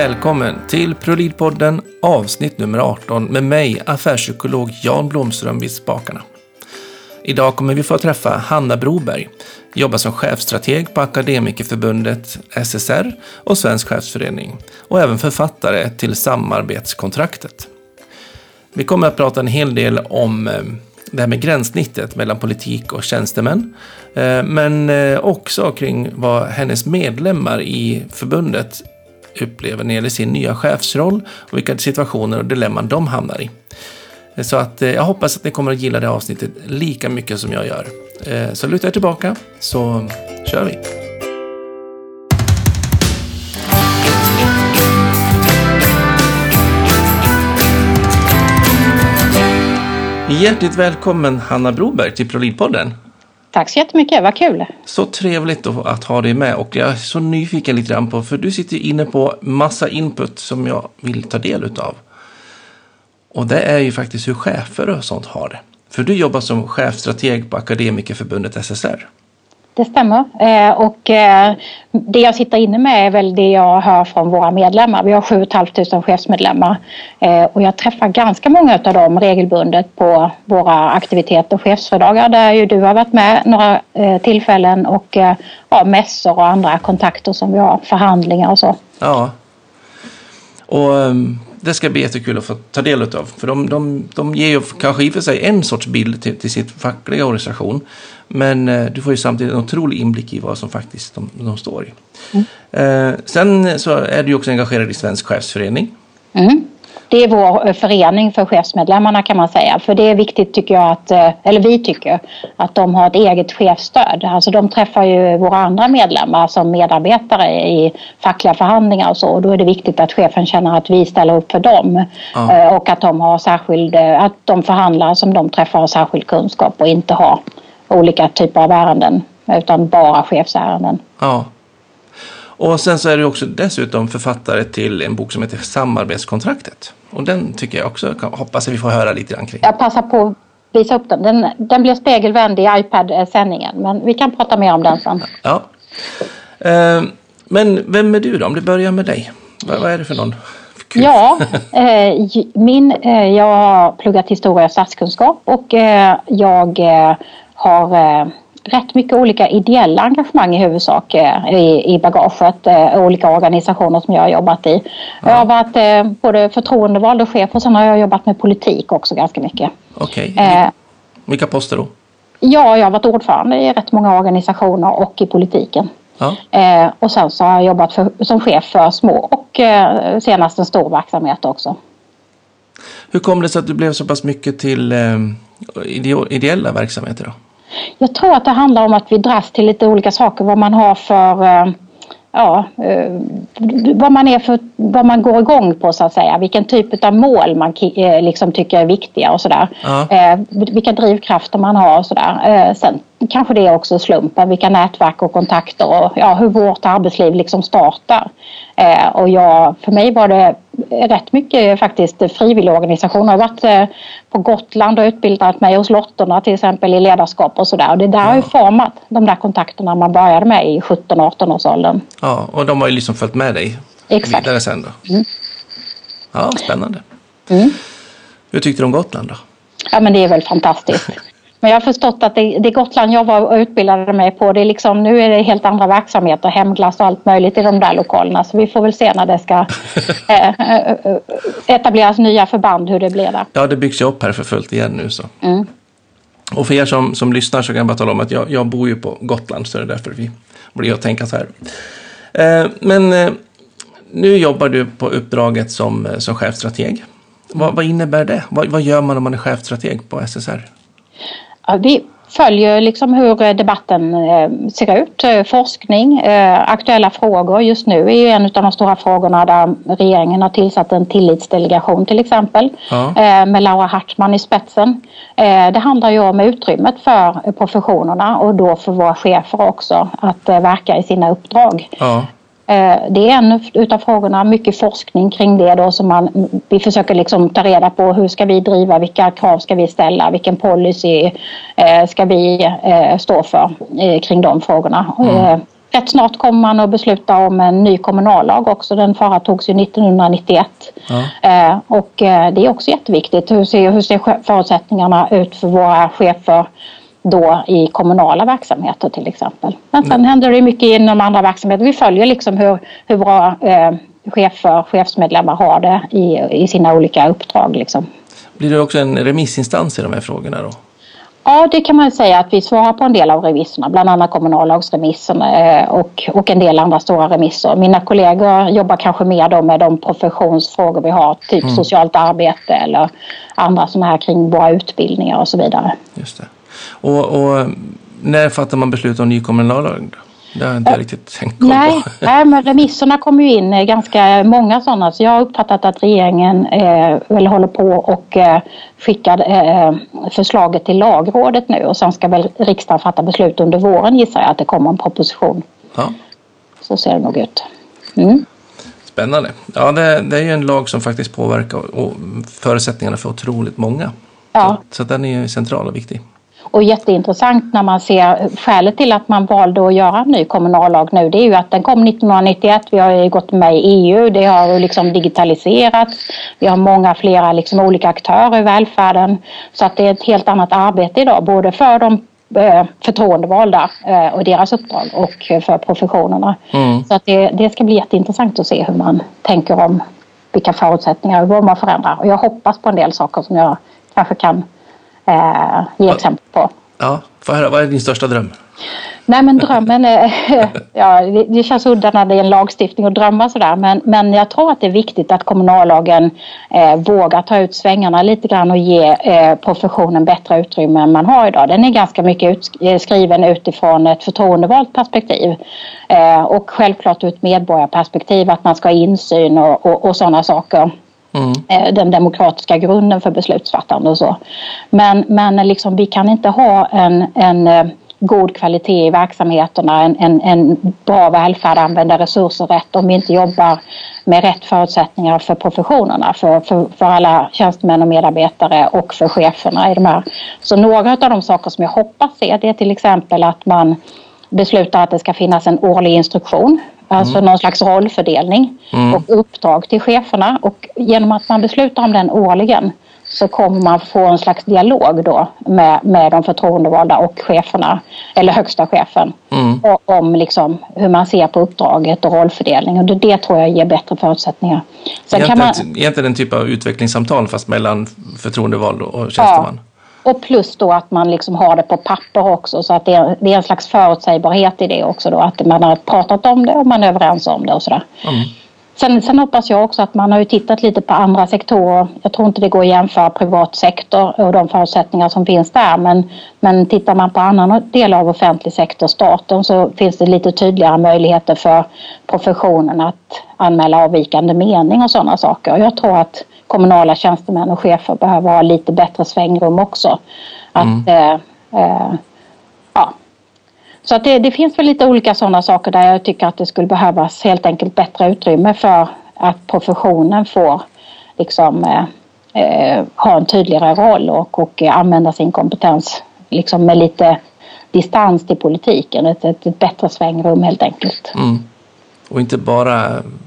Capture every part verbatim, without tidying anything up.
välkommen till ProLead-podden avsnitt nummer arton med mig, affärspsykolog Jan Blomström vid spakarna. Idag kommer vi få träffa Hanna Broberg, jobbar som chefstrateg på Akademikerförbundet S S R och Svensk chefsförening och även författare till samarbetskontraktet. Vi kommer att prata en hel del om det här med gränssnittet mellan politik och tjänstemän, men också kring vad hennes medlemmar i förbundet upplever när det gäller sin nya chefsroll och vilka situationer och dilemman de hamnar i. Så att jag hoppas att ni kommer att gilla det avsnittet lika mycket som jag gör. Så luta er tillbaka så kör vi. Hjärtligt välkommen Hanna Broberg till ProLead-podden. Tack så jättemycket, vad kul. Så trevligt att ha dig med och jag är så nyfiken lite grann på, för du sitter inne på massa input som jag vill ta del utav. Och det är ju faktiskt hur chefer och sånt har det. För du jobbar som chefstrateg på Akademikerförbundet S S R. Det stämmer. Eh, och eh, det jag sitter inne med är väl det jag hör från våra medlemmar. Vi har sju tusen femhundra chefsmedlemmar. Eh, och jag träffar ganska många av dem regelbundet på våra aktiviteter och chefsföredrag där ju du har varit med några eh, tillfällen och eh, ja, mässor och andra kontakter som vi har, förhandlingar och så. Ja. Och um, det ska bli jättekul att få ta del av. För de, de, de ger ju kanske i och för sig en sorts bild till, till sitt fackliga organisation. Men eh, du får ju samtidigt en otrolig inblick i vad som faktiskt de, de står i. Mm. Eh, sen så är du också engagerad i Svensk chefsförening. Mm. Det är vår förening för chefsmedlemmarna kan man säga. För det är viktigt tycker jag att, eller vi tycker att de har ett eget chefsstöd. Alltså de träffar ju våra andra medlemmar som medarbetare i fackliga förhandlingar och så. Och då är det viktigt att chefen känner att vi ställer upp för dem. Ja. Och att de har särskild, att de förhandlare som de träffar har särskild kunskap och inte har olika typer av ärenden utan bara chefsärenden. Ja. Och sen så är du också dessutom författare till en bok som heter Samarbetskontraktet. Och den tycker jag också, hoppas att vi får höra lite grann kring. Jag passar på att visa upp den. Den, den blir spegelvänd i iPad-sändningen. Men vi kan prata mer om den sen. Ja. Eh, men vem är du då? Om det börjar med dig. Vad, vad är det för någon? Kul. Ja, eh, min, eh, jag har pluggat historia och statskunskap. Och eh, jag eh, har... Eh, rätt mycket olika ideella engagemang i huvudsak eh, i, i bagaget. Eh, olika organisationer som jag har jobbat i. Ja. Jag har varit eh, både förtroendevald och chef och sen har jag jobbat med politik också ganska mycket. Okej. Okay. Eh, Vilka poster då? Ja, jag har varit ordförande i rätt många organisationer och i politiken. Ja. Eh, och sen så har jag jobbat för, som chef för små och eh, senast en stor verksamhet också. Hur kom det sig att du blev så pass mycket till eh, ideella verksamheter då? Jag tror att det handlar om att vi dras till lite olika saker. Vad man har för, ja, vad man är för, vad man går igång på så att säga. Vilken typ av mål man liksom tycker är viktiga och sådär. Ja. Vilka drivkrafter man har och sådär. Sen kanske det är också slumpen. Vilka nätverk och kontakter och ja, hur vårt arbetsliv liksom startar. Och jag, för mig var det rätt mycket faktiskt frivilligorganisationer. Jag har varit på Gotland och utbildat mig hos Lottorna till exempel i ledarskap och sådär. Och det där ja. har ju format de där kontakterna man började med i sjutton arton års åldern. Ja, och de har ju liksom följt med dig Exakt. vidare sen då. Mm. Ja, spännande. Mm. Hur tyckte du om Gotland då? Ja, men det är väl fantastiskt. Men jag har förstått att det, det Gotland jag var och utbildade mig på, det är liksom, nu är det helt andra verksamheter, hemglass och allt möjligt i de där lokalerna. Så vi får väl se när det ska eh, etableras nya förband, hur det blir där. Ja, det byggs ju upp här för fullt igen nu så. Mm. Och för er som, som lyssnar så kan jag bara tala om att jag, jag bor ju på Gotland, så det är därför vi blir att tänka så här. Eh, men eh, nu jobbar du på uppdraget som, som chefstrateg. Vad, vad innebär det? Vad, vad gör man om man är chefstrateg på S S R? Ja, vi följer liksom hur debatten ser ut, forskning, aktuella frågor. Just nu är ju en av de stora frågorna där regeringen har tillsatt en tillitsdelegation till exempel, ja. med Laura Hartman i spetsen. Det handlar ju om utrymmet för professionerna och då för våra chefer också att verka i sina uppdrag. Ja. Det är en utav frågorna, mycket forskning kring det då som man, vi försöker liksom ta reda på hur ska vi driva, vilka krav ska vi ställa, vilken policy ska vi stå för kring de frågorna. Mm. rätt snart kommer man att besluta om en ny kommunallag också. Den förra togs ju nittonhundranittioett. Ja. Eh, och eh, det är också jätteviktigt. Hur ser, hur ser förutsättningarna ut för våra chefer då i kommunala verksamheter till exempel. Men sen mm. händer det mycket inom andra verksamheter. Vi följer liksom hur, hur våra eh, chefer, chefsmedlemmar har det i, i sina olika uppdrag. Liksom. Blir det också en remissinstans i de här frågorna då? Ja, det kan man säga att vi svarar på en del av remisserna, bland annat kommunallagsremissen och, och en del andra stora remisser. Mina kollegor jobbar kanske mer då med de professionsfrågor vi har, typ mm. socialt arbete eller andra sådana här kring våra utbildningar och så vidare. Just det. Och, och när fattar man beslut om ny kommunallag då? Det har jag inte äh, riktigt tänkt koll på. Nej, nej, men remisserna kommer ju in ganska många sådana. Så jag har uppfattat att regeringen eh, väl håller på och eh, skickar eh, förslaget till lagrådet nu. Och sen ska väl riksdagen fatta beslut under våren, gissar jag, att det kommer en proposition. Ja. Så ser det nog ut. Mm. Spännande. Ja, det, det är ju en lag som faktiskt påverkar och förutsättningarna för otroligt många. Ja. Så, så den är ju central och viktig. Och jätteintressant när man ser skälet till att man valde att göra en ny kommunallag nu, det är ju att den kom nittonhundranittioett, vi har ju gått med i E U, det har liksom digitaliserats, vi har många flera liksom olika aktörer i välfärden, så att det är ett helt annat arbete idag, både för de förtroendevalda och deras uppdrag och för professionerna. Mm. Så att det, det ska bli jätteintressant att se hur man tänker om vilka förutsättningar och vad man förändrar. Och jag hoppas på en del saker som jag kanske kan Eh, ge exempel på. Ja, för höra, vad är din största dröm? Nej, men drömmen är, ja, det, det känns udda när det är en lagstiftning och drömmar sådär, men, men jag tror att det är viktigt att kommunallagen eh, vågar ta ut svängarna lite grann och ge eh, professionen bättre utrymme än man har idag. Den är ganska mycket ut, skriven utifrån ett förtroendevalt perspektiv eh, och självklart ur ett medborgarperspektiv, att man ska ha insyn och, och, och sådana saker. Mm. Den demokratiska grunden för beslutsfattande och så. Men, men liksom, vi kan inte ha en, en god kvalitet i verksamheterna, en, en, en bra välfärd, använda resurser rätt om vi inte jobbar med rätt förutsättningar för professionerna, för, för, för alla tjänstemän och medarbetare och för cheferna i de här. Så några av de saker som jag hoppas se, det är till exempel att man beslutar att det ska finnas en årlig instruktion. Alltså mm. någon slags rollfördelning mm. och uppdrag till cheferna. Och genom att man beslutar om den årligen så kommer man få en slags dialog då med, med de förtroendevalda och cheferna, eller högsta chefen, mm. och, om liksom hur man ser på uppdraget och rollfördelning. Och det, det tror jag ger bättre förutsättningar. Sen egentligen, kan man, egentligen en typ av utvecklingssamtal fast mellan förtroendevald och tjänsteman. Ja. Och plus då att man liksom har det på papper också, så att det är, det är en slags förutsägbarhet i det också då, att man har pratat om det och man är överens om det och sådär. Mm. Sen, sen hoppas jag också att man har ju tittat lite på andra sektorer. Jag tror inte det går att jämföra privat sektor och de förutsättningar som finns där, men, men tittar man på annan del av offentlig sektor, staten, så finns det lite tydligare möjligheter för professionen att anmäla avvikande mening och sådana saker. Jag tror att kommunala tjänstemän och chefer behöver ha lite bättre svängrum också. Att, mm. eh, eh, ja. Så att det, det finns väl lite olika sådana saker där jag tycker att det skulle behövas helt enkelt bättre utrymme för att professionen får liksom, eh, eh, ha en tydligare roll och, och använda sin kompetens liksom med lite distans till politiken. Ett, ett, ett bättre svängrum helt enkelt. Mm. Och inte bara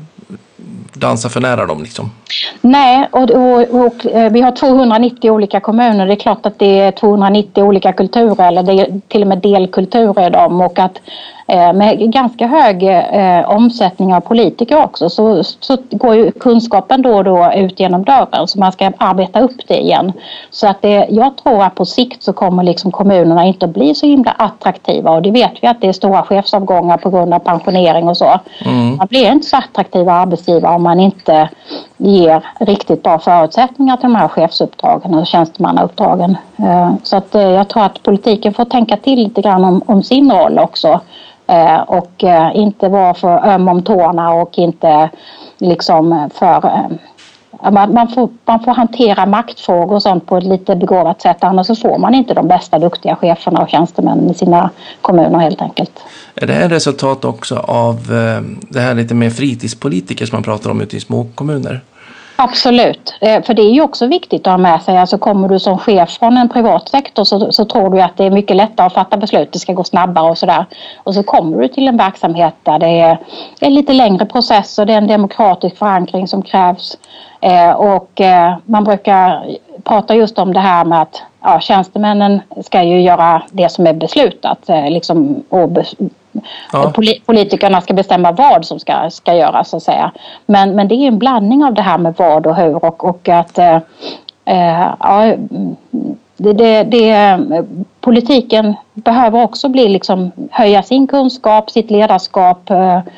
dansa för nära dem liksom. Nej, och, och, och vi har tvåhundranittio olika kommuner. Det är klart att det är tvåhundranittio olika kulturer, eller det är till och med delkulturer i dem, och att eh, med ganska hög eh, omsättning av politiker också så, så går ju kunskapen då och då ut genom dörren, så man ska arbeta upp det igen. Så att det, jag tror att på sikt så kommer liksom kommunerna inte att bli så himla attraktiva, och det vet vi att det är stora chefsavgångar på grund av pensionering och så. Mm. Man blir inte så attraktiva arbetsgivare om man inte ger riktigt bra förutsättningar till de här chefsuppdragen och tjänstemannauppdragen. Så att jag tror att politiken får tänka till lite grann om, om sin roll också, och inte vara för öm om tårna och inte liksom för... Man får, man får hantera maktfrågor och sånt på ett lite begåvat sätt, annars så får man inte de bästa duktiga cheferna och tjänstemännen i sina kommuner helt enkelt. Är det här resultat också av det här lite mer fritidspolitiker som man pratar om ute i små kommuner? Absolut, för det är ju också viktigt att ha med sig. Alltså kommer du som chef från en privat sektor så, så tror du att det är mycket lättare att fatta beslut, det ska gå snabbare och sådär. Och så kommer du till en verksamhet där det är en lite längre process och det är en demokratisk förankring som krävs. Eh, och eh, man brukar prata just om det här med att ja, tjänstemännen ska ju göra det som är beslutat. Eh, liksom, och bes- Ja. Politikerna ska bestämma vad som ska, ska göras så att säga. Men, men det är en blandning av det här med vad och hur och, och att eh, ja, det, det, det, politiken behöver också bli liksom, höja sin kunskap, sitt ledarskap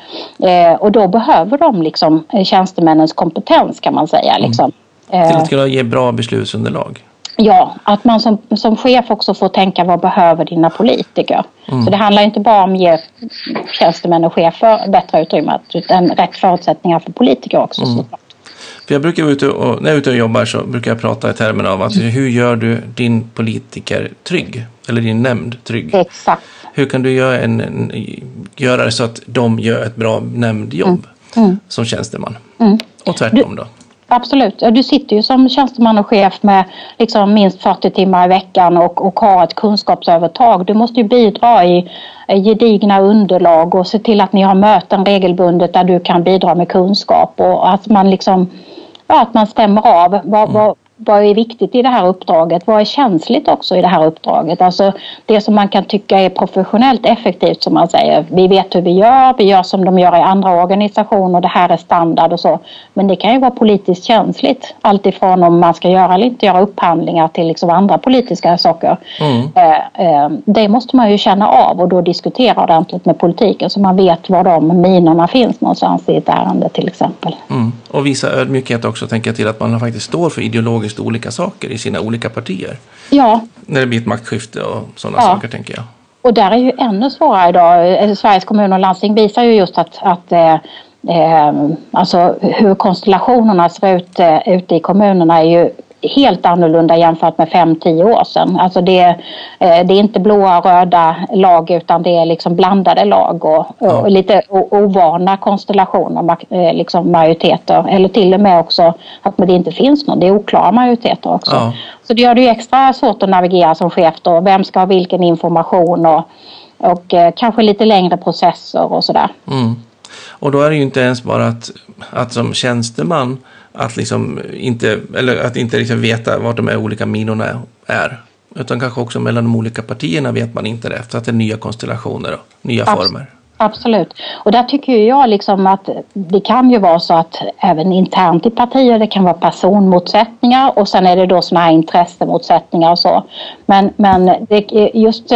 eh, och då behöver de liksom, tjänstemännens kompetens kan man säga. Liksom. Mm. Till att kunna ge bra beslutsunderlag. Ja, att man som, som chef också får tänka vad behöver dina politiker. Mm. Så det handlar inte bara om att ge tjänstemän och chefer bättre utrymme utan rätt förutsättningar för politiker också. Mm. För jag brukar vara ute och, när jag är ute och jobbar så brukar jag prata i termer av att mm. hur gör du din politiker trygg? Eller din nämnd trygg? Exakt. Hur kan du göra, en, en, göra det så att de gör ett bra nämndjobb mm. Mm. som tjänsteman? Mm. Och tvärtom då? Absolut. Du sitter ju som tjänsteman och chef med liksom minst fyrtio timmar i veckan och, och har ett kunskapsövertag. Du måste ju bidra i gedigna underlag och se till att ni har möten regelbundet där du kan bidra med kunskap och att man liksom, ja, att man stämmer av vad, mm. vad, vad är viktigt i det här uppdraget, vad är känsligt också i det här uppdraget. Alltså det som man kan tycka är professionellt effektivt som man säger. Vi vet hur vi gör, vi gör som de gör i andra organisationer, det här är standard och så. Men det kan ju vara politiskt känsligt. Alltifrån om man ska göra eller inte göra upphandlingar till liksom andra politiska saker. Mm. Eh, eh, det måste man ju känna av och då diskutera ordentligt med politiken så man vet var de minorna finns någonstans i ett ärende till exempel. Mm. Och visa ödmjukhet också, tänka till att man faktiskt står för ideologiskt olika saker i sina olika partier. Ja. När det blir ett maktskifte och sådana ja. saker tänker jag. Och där är ju ännu svårare idag. Sveriges kommuner och landsting visar ju just att, att eh, eh, alltså hur konstellationerna ser ut eh, ute i kommunerna är ju helt annorlunda jämfört med fem till tio år sedan. Alltså det, eh, det är inte blåa och röda lag utan det är liksom blandade lag och, ja. och lite ovana konstellationer, eh, liksom majoriteter. Eller till och med också att det inte finns någon, det är oklara majoriteter också. Ja. Så det gör det ju extra svårt att navigera som chef då. Vem ska ha vilken information och, och eh, kanske lite längre processer och sådär. Mm. Och då är det ju inte ens bara att, att som tjänsteman att liksom inte, eller att inte liksom veta vart de här olika minorna är. Utan kanske också mellan de olika partierna vet man inte det. För att det är nya konstellationer och nya Abs- former. Absolut. Och där tycker jag liksom att det kan ju vara så att även internt i partier det kan vara personmotsättningar. Och sen är det då såna här intressemotsättningar och så. Men, men det är just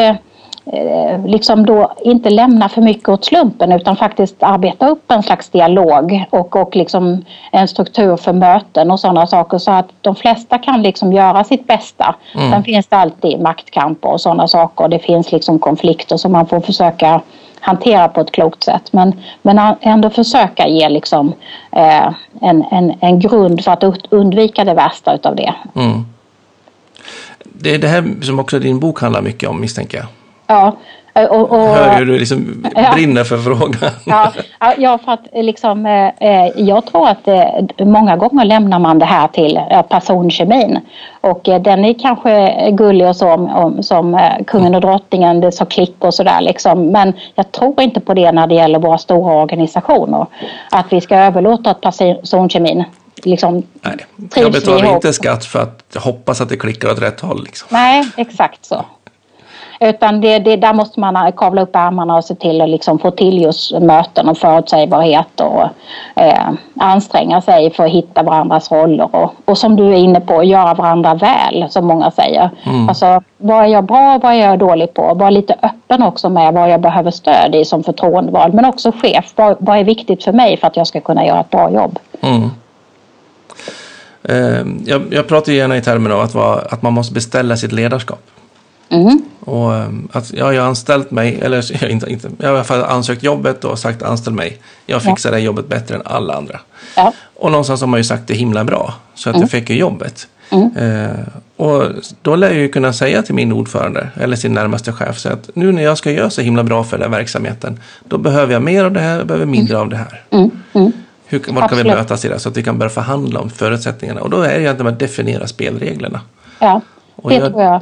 liksom då inte lämna för mycket åt slumpen utan faktiskt arbeta upp en slags dialog och, och liksom en struktur för möten och sådana saker så att de flesta kan liksom göra sitt bästa. Mm. Sen finns det alltid maktkamper och sådana saker. Det finns liksom konflikter som man får försöka hantera på ett klokt sätt. Men, men ändå försöka ge liksom, eh, en, en, en grund för att undvika det värsta utav det. Mm. Det är det här som också din bok handlar mycket om, misstänker jag. Ja. Och, och, hör hur du liksom brinner ja. för frågan. Ja, ja, för att liksom, eh, jag tror att eh, många gånger lämnar man det här till eh, personkemin. Och eh, den är kanske gullig och så om, som eh, kungen och drottningen, det så klick och sådär liksom. Men jag tror inte på det när det gäller våra stora organisationer. Att vi ska överlåta ett personkemin. Liksom, Nej, jag betalar inte skatt för att hoppas att det klickar åt rätt håll. Liksom. Nej, exakt så. Utan det, det, där måste man kavla upp ärmarna och se till att liksom få till just möten och förutsägbarhet och eh, anstränga sig för att hitta varandras roller. Och, och som du är inne på, göra varandra väl, som många säger. Mm. Alltså, vad är jag bra, vad är jag dålig på? Var lite öppen också med vad jag behöver stöd i som förtroendevald. Men också chef, vad, vad är viktigt för mig för att jag ska kunna göra ett bra jobb? Mm. Eh, jag, jag pratar gärna i termer av att, vara, att man måste beställa sitt ledarskap. Mm. Och att ja, jag har anställt mig, eller jag, inte, inte, jag har i alla fall ansökt jobbet och sagt anställ mig. Jag fixar ja. det jobbet bättre än alla andra. Ja. Och någonstans har man ju sagt det himla bra så att mm. jag fick ju jobbet. Mm. Eh, och då lär jag ju kunna säga till min ordförande eller sin närmaste chef så att nu när jag ska göra så himla bra för den här verksamheten då behöver jag mer av det här och behöver mindre mm. av det här. Mm. Mm. Hur, var kan vi mötas i det så att vi kan börja förhandla om förutsättningarna? Och då är det ju att man definierar spelreglerna. Ja, det jag, tror jag.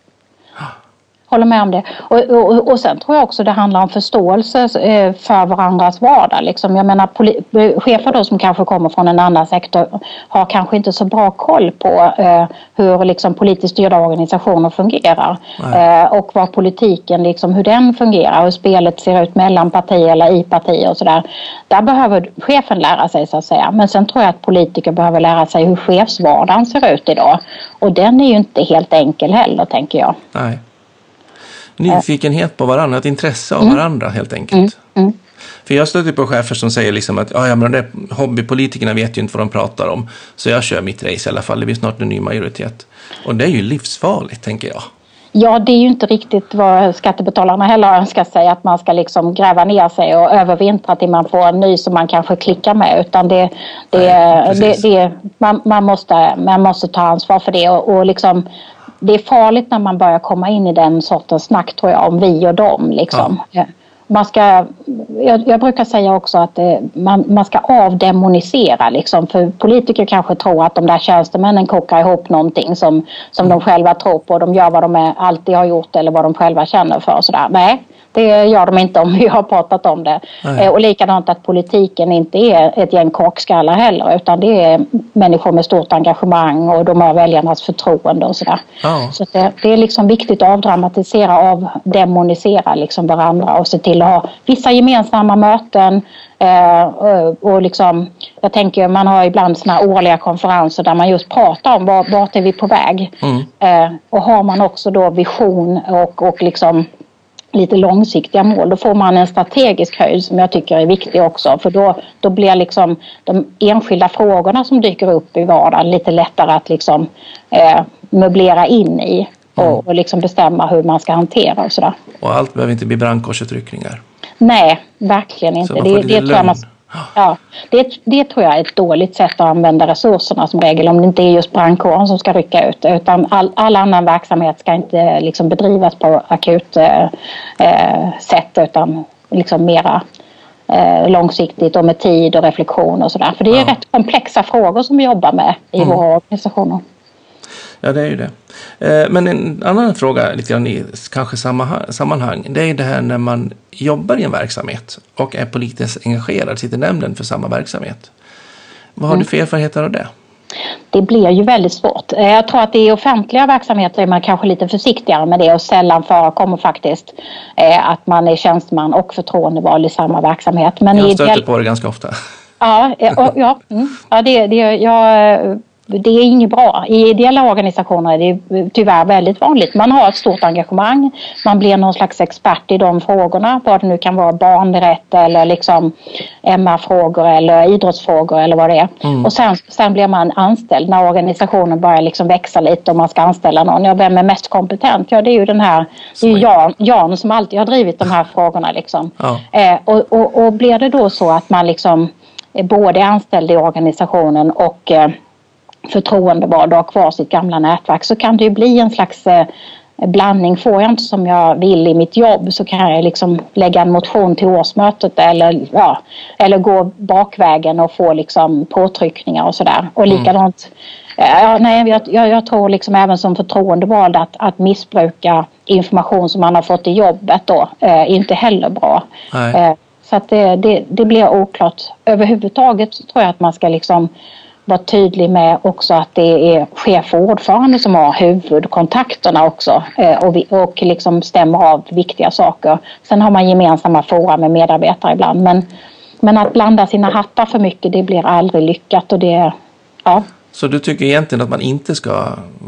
Håller med om det. Och, och, och sen tror jag också det handlar om förståelse för varandras vardag. Liksom. Jag menar, poli- chefer då som kanske kommer från en annan sektor har kanske inte så bra koll på eh, hur liksom, politiskt styrda organisationer fungerar. Eh, och vad politiken, liksom, hur den fungerar, hur spelet ser ut mellan partier eller i partier och sådär. Där behöver chefen lära sig så att säga. Men sen tror jag att politiker behöver lära sig hur chefsvardagen ser ut idag. Och den är ju inte helt enkel heller, tänker jag. Nej. Nyfikenhet på varandra, ett intresse av mm. varandra helt enkelt. Mm. Mm. För jag stöter på chefer som säger liksom att ja, men de där hobbypolitikerna vet ju inte vad de pratar om. Så jag kör mitt race i alla fall, det blir snart en ny majoritet. Och det är ju livsfarligt, tänker jag. Ja, det är ju inte riktigt vad skattebetalarna heller önskar sig, att man ska liksom gräva ner sig och övervintra till man får en ny som man kanske klickar med, utan det, det, Nej, det, det man, man, måste, man måste ta ansvar för det och, och liksom det är farligt när man börjar komma in i den sortens snack, tror jag, om vi och dem. Liksom. Ja. Man ska, jag, jag brukar säga också att det, man, man ska avdemonisera. Liksom, för politiker kanske tror att de där tjänstemännen kokar ihop någonting som, som mm. de själva tror på. De gör vad de är, alltid har gjort eller vad de själva känner för. Och sådär. Nej, det gör de inte om vi har pratat om det. Nej. Och likadant att politiken inte är ett gäng korkskallar heller, utan det är människor med stort engagemang och de har väljarnas förtroende och sådär. Ja. Så det, det är liksom viktigt att avdramatisera, avdemonisera liksom varandra och se till att ha vissa gemensamma möten. Eh, och, och liksom, jag tänker man har ibland såna årliga konferenser där man just pratar om var, vart är vi på väg. Mm. Eh, och har man också då vision och, och liksom lite långsiktiga mål, då får man en strategisk höjd som jag tycker är viktig också, för då, då blir liksom de enskilda frågorna som dyker upp i vardagen lite lättare att liksom eh, möblera in i och, mm. och liksom bestämma hur man ska hantera och sådär. Och allt behöver inte bli brandkorsutryckningar. Nej, verkligen inte. Det, det, tror jag man, ja, det, det tror jag är ett dåligt sätt att använda resurserna som regel, om det inte är just brandkåren som ska rycka ut, utan all, all annan verksamhet ska inte liksom bedrivas på akut eh, sätt, utan liksom mera eh, långsiktigt och med tid och reflektion och sådär. För det är ja. rätt komplexa frågor som vi jobbar med i mm. våra organisationer. Ja, det är ju det. Men en annan fråga lite grann i kanske samma sammanhang, det är det här när man jobbar i en verksamhet och är politiskt engagerad, sitter i nämnden för samma verksamhet. Vad har mm. du för erfarenheter av det? Det blir ju väldigt svårt. Jag tror att i offentliga verksamheter är man kanske lite försiktigare med det och sällan förekommer faktiskt att man är tjänsteman och förtroendevald i samma verksamhet. Men jag stöter på det ganska ofta. Ja, ja, ja, mm. ja det, det, jag... Det är inget bra. I ideella organisationer är det tyvärr väldigt vanligt. Man har ett stort engagemang. Man blir någon slags expert i de frågorna. Vad det nu kan vara, barnrätt eller liksom M R-frågor eller idrottsfrågor eller vad det är. Mm. Och sen, sen blir man anställd när organisationen börjar liksom växa lite och man ska anställa någon. Ja, vem är mest kompetent? Ja, det är ju den här det är ju Jan, Jan som alltid har drivit de här frågorna. Liksom. Ja. Eh, och, och, och blir det då så att man liksom både är anställd i organisationen och eh, förtroendevald och har kvar sitt gamla nätverk, så kan det ju bli en slags eh, blandning. Får jag inte som jag vill i mitt jobb, så kan jag liksom lägga en motion till årsmötet eller, ja, eller gå bakvägen och få liksom påtryckningar och sådär. Och likadant, mm. ja, nej, jag, jag, jag tror liksom även som förtroendevald att, att missbruka information som man har fått i jobbet då är eh, inte heller bra. Eh, så att det, det, det blir oklart. Överhuvudtaget tror jag att man ska liksom vara tydlig med också att det är chef och ordförande som har huvudkontakterna också eh, och, vi, och liksom stämmer av viktiga saker. Sen har man gemensamma fora med medarbetare ibland, men, men att blanda sina hattar för mycket, det blir aldrig lyckat. Och det, ja. Så du tycker egentligen att man inte ska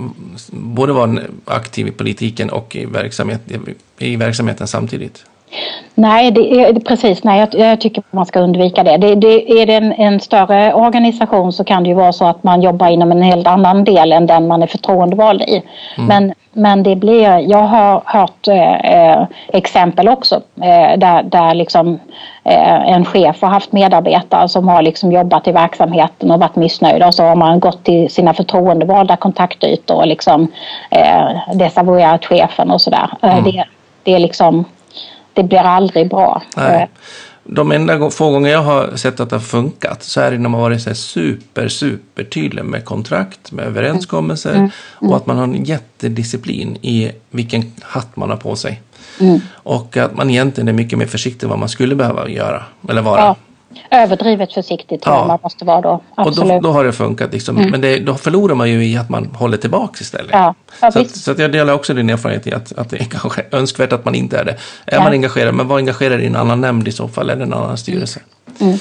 både vara aktiv i politiken och i, verksamhet, i verksamheten samtidigt? Nej, det är precis. Nej, jag, jag tycker man ska undvika det. det, det är det en, en större organisation så kan det ju vara så att man jobbar inom en helt annan del än den man är förtroendevald i. Mm. Men, men det blir, jag har hört eh, exempel också eh, där, där liksom, eh, en chef har haft medarbetare som har liksom jobbat i verksamheten och varit missnöjda, och så har man gått till sina förtroendevalda kontaktytor och liksom, eh, desavouerat chefen och sådär. Mm. Det, det är liksom... Det blir aldrig bra. Nej. de enda få gånger jag har sett att det har funkat så är det när man varit så här super, super tydlig med kontrakt, med överenskommelser mm. Mm. och att man har en jättedisciplin i vilken hatt man har på sig. Mm. Och att man egentligen är mycket mer försiktig vad man skulle behöva göra eller vara. Ja. Överdrivet försiktigt tror ja. jag man måste vara då. Absolut. Och då, då har det funkat. Liksom. Mm. Men det, då förlorar man ju i att man håller tillbaka istället. Ja. Ja, så att, så att jag delar också din erfarenhet i att, att det är kanske önskvärt att man inte är det. Är ja. man engagerad, men var engagerad i en annan nämnd i så fall eller en annan styrelse. Mm.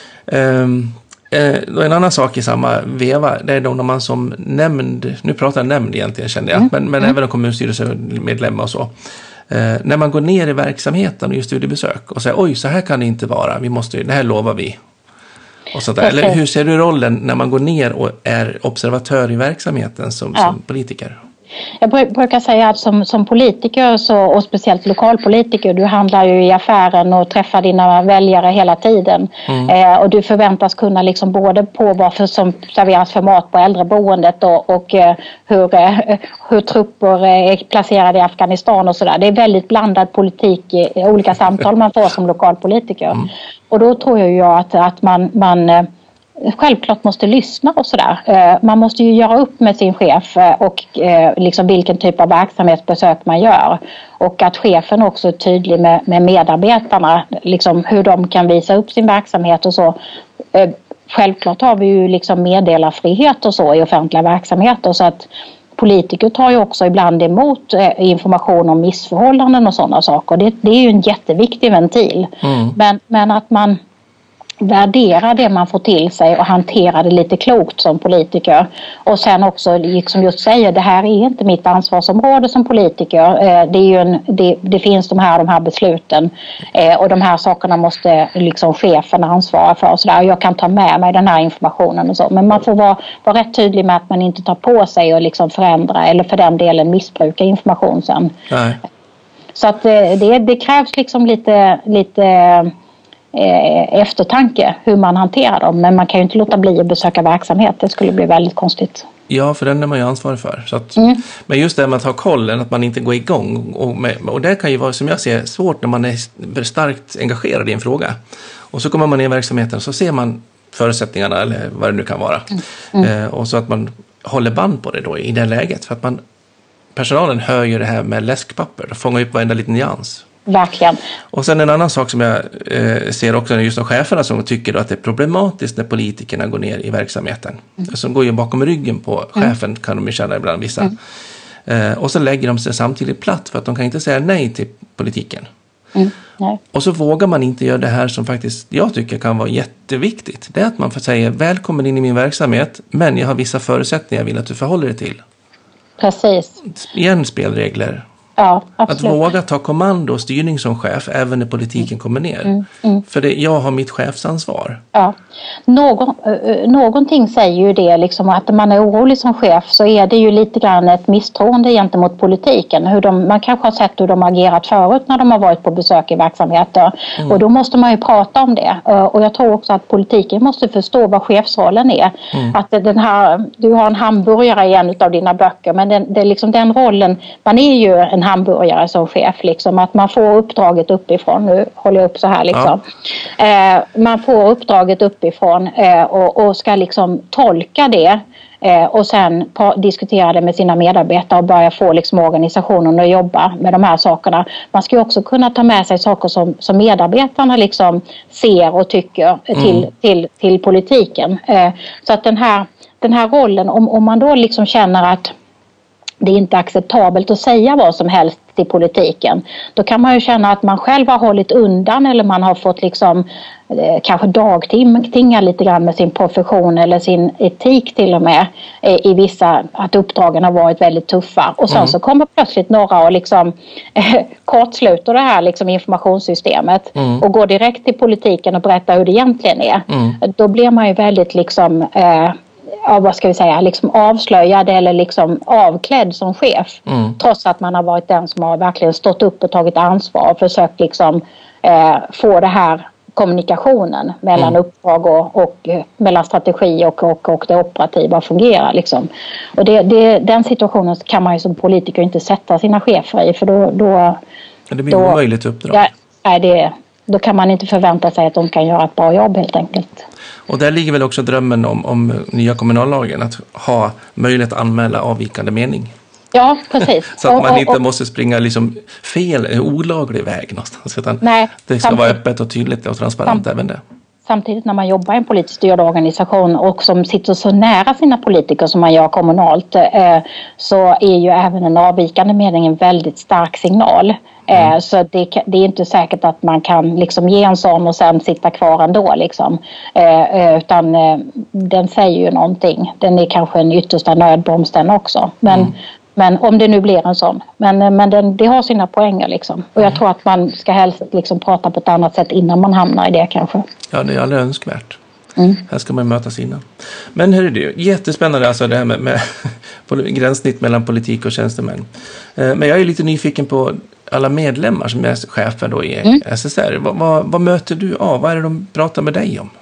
Um, eh, en annan sak i samma veva, det är då när man som nämnd, nu pratar jag nämnd egentligen kände jag, mm. men, men mm. även en kommunstyrelsemedlem och så. Eh, när man går ner i verksamheten och gör studiebesök och säger oj, så här kan det inte vara, vi måste, det här lovar vi. Och så där. Eller hur ser du rollen när man går ner och är observatör i verksamheten som, ja. som politiker? Jag brukar säga att som, som politiker så, och speciellt lokalpolitiker, du handlar ju i affären och träffar dina väljare hela tiden. Mm. Eh, och du förväntas kunna liksom både på vad som serveras för mat på äldreboendet och, och eh, hur, eh, hur trupper är placerade i Afghanistan och sådär. Det är väldigt blandad politik i olika samtal man får som lokalpolitiker. Mm. Och då tror jag ju att, att man... man självklart måste lyssna och sådär. Man måste ju göra upp med sin chef och liksom vilken typ av verksamhetsbesök man gör. Och att chefen också är tydlig med, med medarbetarna, liksom hur de kan visa upp sin verksamhet och så. Självklart har vi ju liksom meddelarfrihet och så i offentliga verksamheter, så att politiker tar ju också ibland emot information om missförhållanden och sådana saker. Det, det är ju en jätteviktig ventil. Mm. Men, men att man värdera det man får till sig och hantera det lite klokt som politiker. Och sen också liksom just säger, det här är inte mitt ansvarsområde som politiker. Det, är ju en, det, det finns de här, de här besluten och de här sakerna måste liksom chefen ansvara för. Och så där. Jag kan ta med mig den här informationen och så. Men man får vara, vara rätt tydlig med att man inte tar på sig och liksom förändra eller för den delen missbruka information sen. Nej. Så att det, det krävs liksom lite... lite eftertanke hur man hanterar dem, men man kan ju inte låta bli att besöka verksamhet, det skulle bli väldigt konstigt. Ja, för den är man ju ansvarig för. Så att, mm. Men just det med att ha kollen, att man inte går igång och, med, och det kan ju vara, som jag ser, svårt när man är starkt engagerad i en fråga och så kommer man ner i verksamheten och så ser man förutsättningarna eller vad det nu kan vara mm. Mm. Eh, och så att man håller band på det då i det läget, för att man, personalen hör ju det här med läskpapper och fångar upp varenda liten nyans. Verkligen. Och sen en annan sak som jag eh, ser också är just de cheferna som tycker att det är problematiskt när politikerna går ner i verksamheten. Mm. Som går ju bakom ryggen på chefen mm. kan de ju känna ibland vissa. Mm. Eh, och så lägger de sig samtidigt platt för att de kan inte säga nej till politiken. Mm. Nej. Och så vågar man inte göra det här som faktiskt jag tycker kan vara jätteviktigt. Det är att man får säga välkommen in i min verksamhet, men jag har vissa förutsättningar jag vill att du förhåller dig till. Precis. Igen spelregler. Ja, absolut. Att våga ta kommando och styrning som chef även när politiken kommer ner. Mm, mm. För det, jag har mitt chefsansvar. Ja. Någon, någonting säger ju det liksom, att man är orolig som chef, så är det ju lite grann ett misstroende gentemot politiken. Hur de, man kanske har sett hur de har agerat förut när de har varit på besök i verksamheter. Mm. Och då måste man ju prata om det. Och jag tror också att politiken måste förstå vad chefsrollen är. Mm. Att den här, du har en hamburgare i en av dina böcker, men den, det är liksom den rollen, man är ju en hamburgare som chef, liksom, att man får uppdraget uppifrån. Nu håller jag upp så här liksom. Ja. Eh, man får uppdraget uppifrån eh, och, och ska liksom tolka det eh, och sen pa- diskutera det med sina medarbetare och börja få liksom organisationen att jobba med de här sakerna. Man ska ju också kunna ta med sig saker som, som medarbetarna liksom ser och tycker till, mm. till, till politiken. Eh, så att den här, den här rollen, om, om man då liksom känner att det är inte acceptabelt att säga vad som helst till politiken, då kan man ju känna att man själv har hållit undan eller man har fått liksom eh, kanske dagtinga lite grann med sin profession eller sin etik till och med eh, i vissa, att uppdragen har varit väldigt tuffa och sen mm. så kommer plötsligt några och liksom eh, kortsluter det här liksom informationssystemet mm. och går direkt till politiken och berättar hur det egentligen är. Mm. Då blir man ju väldigt liksom eh, ja, vad ska vi säga, liksom avslöjad eller liksom avklädd som chef. Mm. Trots att man har varit den som har verkligen stått upp och tagit ansvar och försökt liksom, eh, få det här kommunikationen mellan mm. uppdrag och, och mellan strategi och, och, och det operativa fungerar. Liksom. Och det, det, den situationen kan man ju som politiker inte sätta sina chefer i, för då... då det blir då, omöjligt uppdrag. Ja, nej, det, då kan man inte förvänta sig att de kan göra ett bra jobb helt enkelt. Och där ligger väl också drömmen om, om nya kommunallagen, att ha möjlighet att anmäla avvikande mening. Ja, precis. Så att man och, och, inte och, måste springa liksom fel, olaglig väg någonstans. Utan nej, det ska vara öppet och tydligt och transparent även det. Samtidigt när man jobbar i en politiskt styrd organisation och som sitter så nära sina politiker som man gör kommunalt, eh, så är ju även en avvikande mening en väldigt stark signal. Mm. Eh, så det, det är inte säkert att man kan liksom ge en sån och sen sitta kvar ändå. Liksom. Eh, utan eh, den säger ju någonting. Den är kanske en yttersta nödbroms den också. Men mm. Men om det nu blir en sån. Men, men den, det har sina poänger liksom. Och jag mm. tror att man ska helst liksom prata på ett annat sätt innan man hamnar i det kanske. Ja, det är aldrig önskvärt. Mm. Här ska man mötas innan. Men hur är det? Jättespännande alltså det här med, med gränssnitt mellan politik och tjänstemän. Men jag är lite nyfiken på alla medlemmar som är chefer då i mm. S S R. Vad, vad, vad möter du av? Vad är det de pratar med dig om?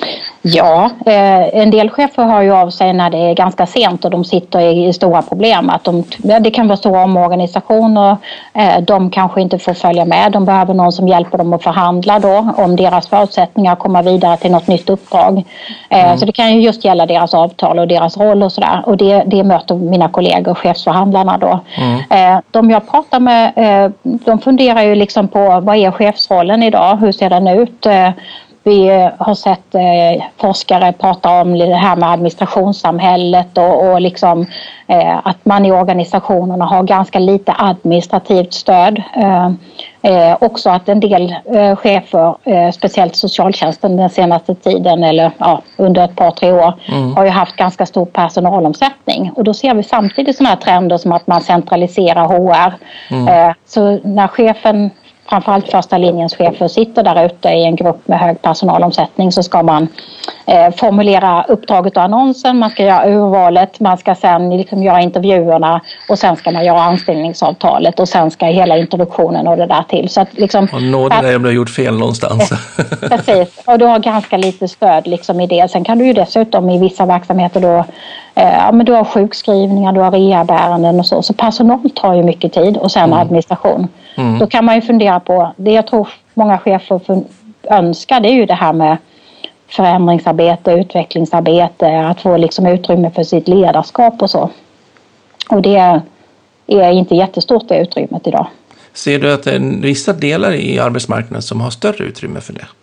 Ja, eh, en del chefer hör ju av sig när det är ganska sent och de sitter i, i stora problem. Att de, det kan vara stora omorganisationer, eh, de kanske inte får följa med. De behöver någon som hjälper dem att förhandla då om deras förutsättningar att komma vidare till något nytt uppdrag. Eh, mm. Så det kan ju just gälla deras avtal och deras roll och sådär. Och det, det möter mina kollegor, chefsförhandlarna då. Mm. Eh, de jag pratar med, eh, de funderar ju liksom på vad är chefsrollen idag? Hur ser den ut? Eh, Vi har sett eh, forskare prata om det här med administrationssamhället och, och liksom, eh, att man i organisationerna har ganska lite administrativt stöd. Eh, eh, också att en del eh, chefer, eh, speciellt socialtjänsten den senaste tiden eller ja, under ett par, tre år, mm. har ju haft ganska stor personalomsättning. Och då ser vi samtidigt sådana här trender som att man centraliserar H R. Mm. Eh, så när chefen, framförallt första linjens chefer, sitter där ute i en grupp med hög personalomsättning, så ska man eh, formulera uppdraget och annonsen, man ska göra urvalet, man ska sen liksom göra intervjuerna och sen ska man göra anställningsavtalet och sen ska hela introduktionen och det där till. Så att liksom, och nåde när jag blev gjort fel någonstans. Precis, och du har ganska lite stöd liksom i det. Sen kan du ju dessutom i vissa verksamheter då, eh, ja, men du har sjukskrivningar, du har rehabärenden och så. Så personal tar ju mycket tid och sen mm. administration. Mm. Då kan man ju fundera på, det jag tror många chefer önskar, det är ju det här med förändringsarbete, utvecklingsarbete, att få liksom utrymme för sitt ledarskap och så. Och det är inte jättestort det utrymmet idag. Ser du att det är vissa delar i arbetsmarknaden som har större utrymme för det?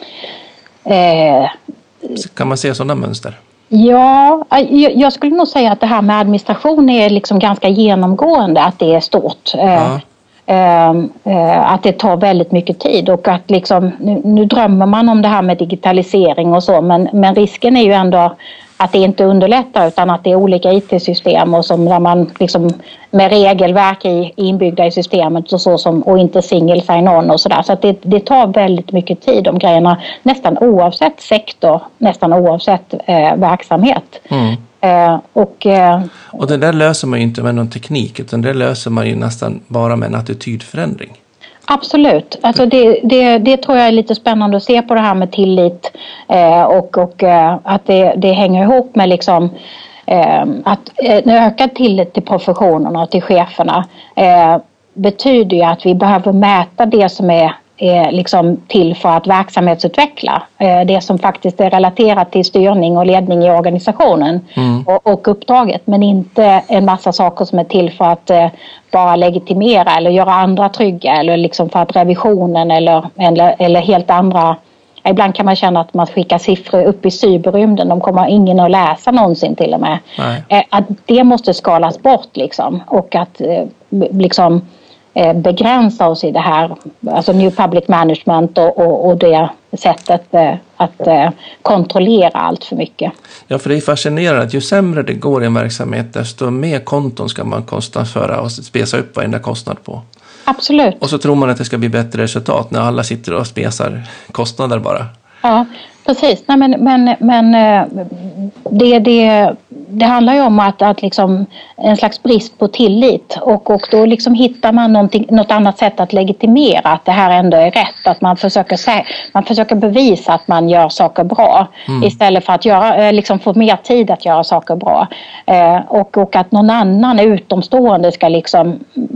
Eh, kan man se sådana mönster? Ja, jag skulle nog säga att det här med administration är liksom ganska genomgående, att det är stort. Ja. Att det tar väldigt mycket tid och att liksom, nu, nu drömmer man om det här med digitalisering och så, men, men risken är ju ändå att det inte underlättar utan att det är olika I T-system och som där man liksom med regelverk i, inbyggda i systemet och så som, och inte single sign-on och sådär. Så att det, det tar väldigt mycket tid om grejerna nästan oavsett sektor, nästan oavsett eh, verksamhet. Mm. Eh, och, eh, och det där löser man ju inte med någon teknik, utan det löser man ju nästan bara med en attitydförändring. Absolut. Alltså det, det, det tror jag är lite spännande att se på det här med tillit eh, och, och eh, att det, det hänger ihop med liksom, eh, att en ökad tillit till professionerna och till cheferna eh, betyder ju att vi behöver mäta det som är är liksom till för att verksamhetsutveckla. Det som faktiskt är relaterat till styrning och ledning i organisationen mm. och, och uppdraget. Men inte en massa saker som är till för att eh, bara legitimera eller göra andra trygga. Eller liksom för att revisionen eller, eller, eller helt andra. Ibland kan man känna att man skickar siffror upp i cyberrymden. De kommer ingen att läsa någonsin till och med. Nej. Att det måste skalas bort liksom. Och att eh, liksom begränsa oss i det här, alltså New Public Management och, och, och det sättet eh, att eh, kontrollera allt för mycket. Ja, för det är fascinerande att ju sämre det går i en verksamhet, desto mer konton ska man kostnadsföra och spesa upp varenda kostnad på. Absolut. Och så tror man att det ska bli bättre resultat när alla sitter och spesar kostnader bara. Ja, precis. Nej, men men, men det, det, det handlar ju om att, att liksom en slags brist på tillit och, och då liksom hittar man något annat sätt att legitimera att det här ändå är rätt. Att man försöker, man försöker bevisa att man gör saker bra mm. istället för att göra, liksom få mer tid att göra saker bra. Eh, och, och att någon annan utomstående ska liksom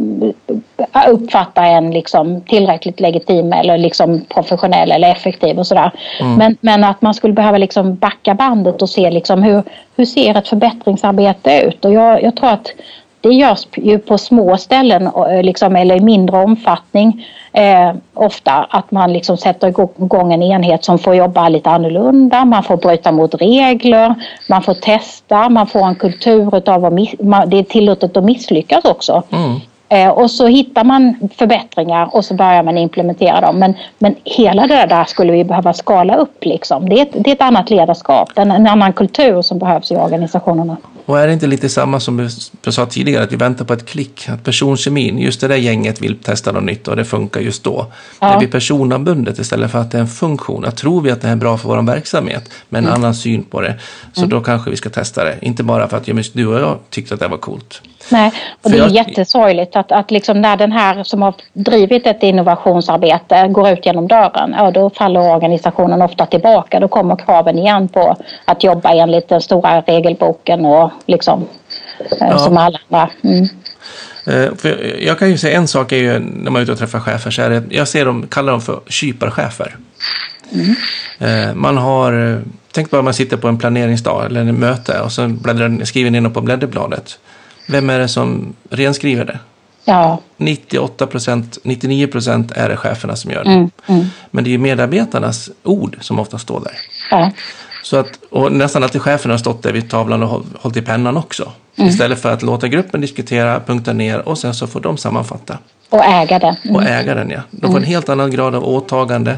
uppfatta en liksom tillräckligt legitim eller liksom professionell eller effektiv och sådär. Mm. Men, men att man skulle behöva liksom backa bandet och se liksom hur, hur ser ett förbättringsarbete ut. Och jag, jag tror att det görs ju på små ställen liksom, eller i mindre omfattning eh, ofta att man liksom sätter igång en enhet som får jobba lite annorlunda, man får bryta mot regler, man får testa, man får en kultur av att miss- det är tillåtet att misslyckas också. Mm. Eh, och så hittar man förbättringar och så börjar man implementera dem. Men, men hela det där skulle vi behöva skala upp. Liksom. Det, är ett, det är ett annat ledarskap, en, en annan kultur som behövs i organisationerna. Och är det inte lite samma som jag sa tidigare, att vi väntar på ett klick, att personkemin, just det där gänget vill testa något nytt och det funkar just då. Ja. Det blir personabundet istället för att det är en funktion. Jag tror vi att det är bra för vår verksamhet med en mm. annan syn på det. Så mm. då kanske vi ska testa det. Inte bara för att ja, du och jag tyckte att det var coolt. Nej, och det är jag... jättesorgligt att, att liksom när den här som har drivit ett innovationsarbete går ut genom dörren, ja, då faller organisationen ofta tillbaka. Då kommer kraven igen på att jobba enligt den stora regelboken och liksom ja. som alla andra. Mm. Uh, för jag kan ju säga en sak är ju när man är ute och träffar chefer så är det, jag ser dem, kallar dem för kyparchefer. Mm. Uh, man har, tänk bara man sitter på en planeringsdag eller en möte och så bläddrar, skriver ni in på blädderbladet. Vem är det som renskriver det? Ja. nittioåtta procent, nittionio procent är det cheferna som gör det. Mm, mm. Men det är ju medarbetarnas ord som ofta står där. Ja. Så att, och nästan alltid cheferna har stått där vid tavlan och hållit i pennan också. Mm. Istället för att låta gruppen diskutera, punkta ner och sen så får de sammanfatta. Och äga den. Mm. Och äga den, ja. De får en helt annan grad av åtagande.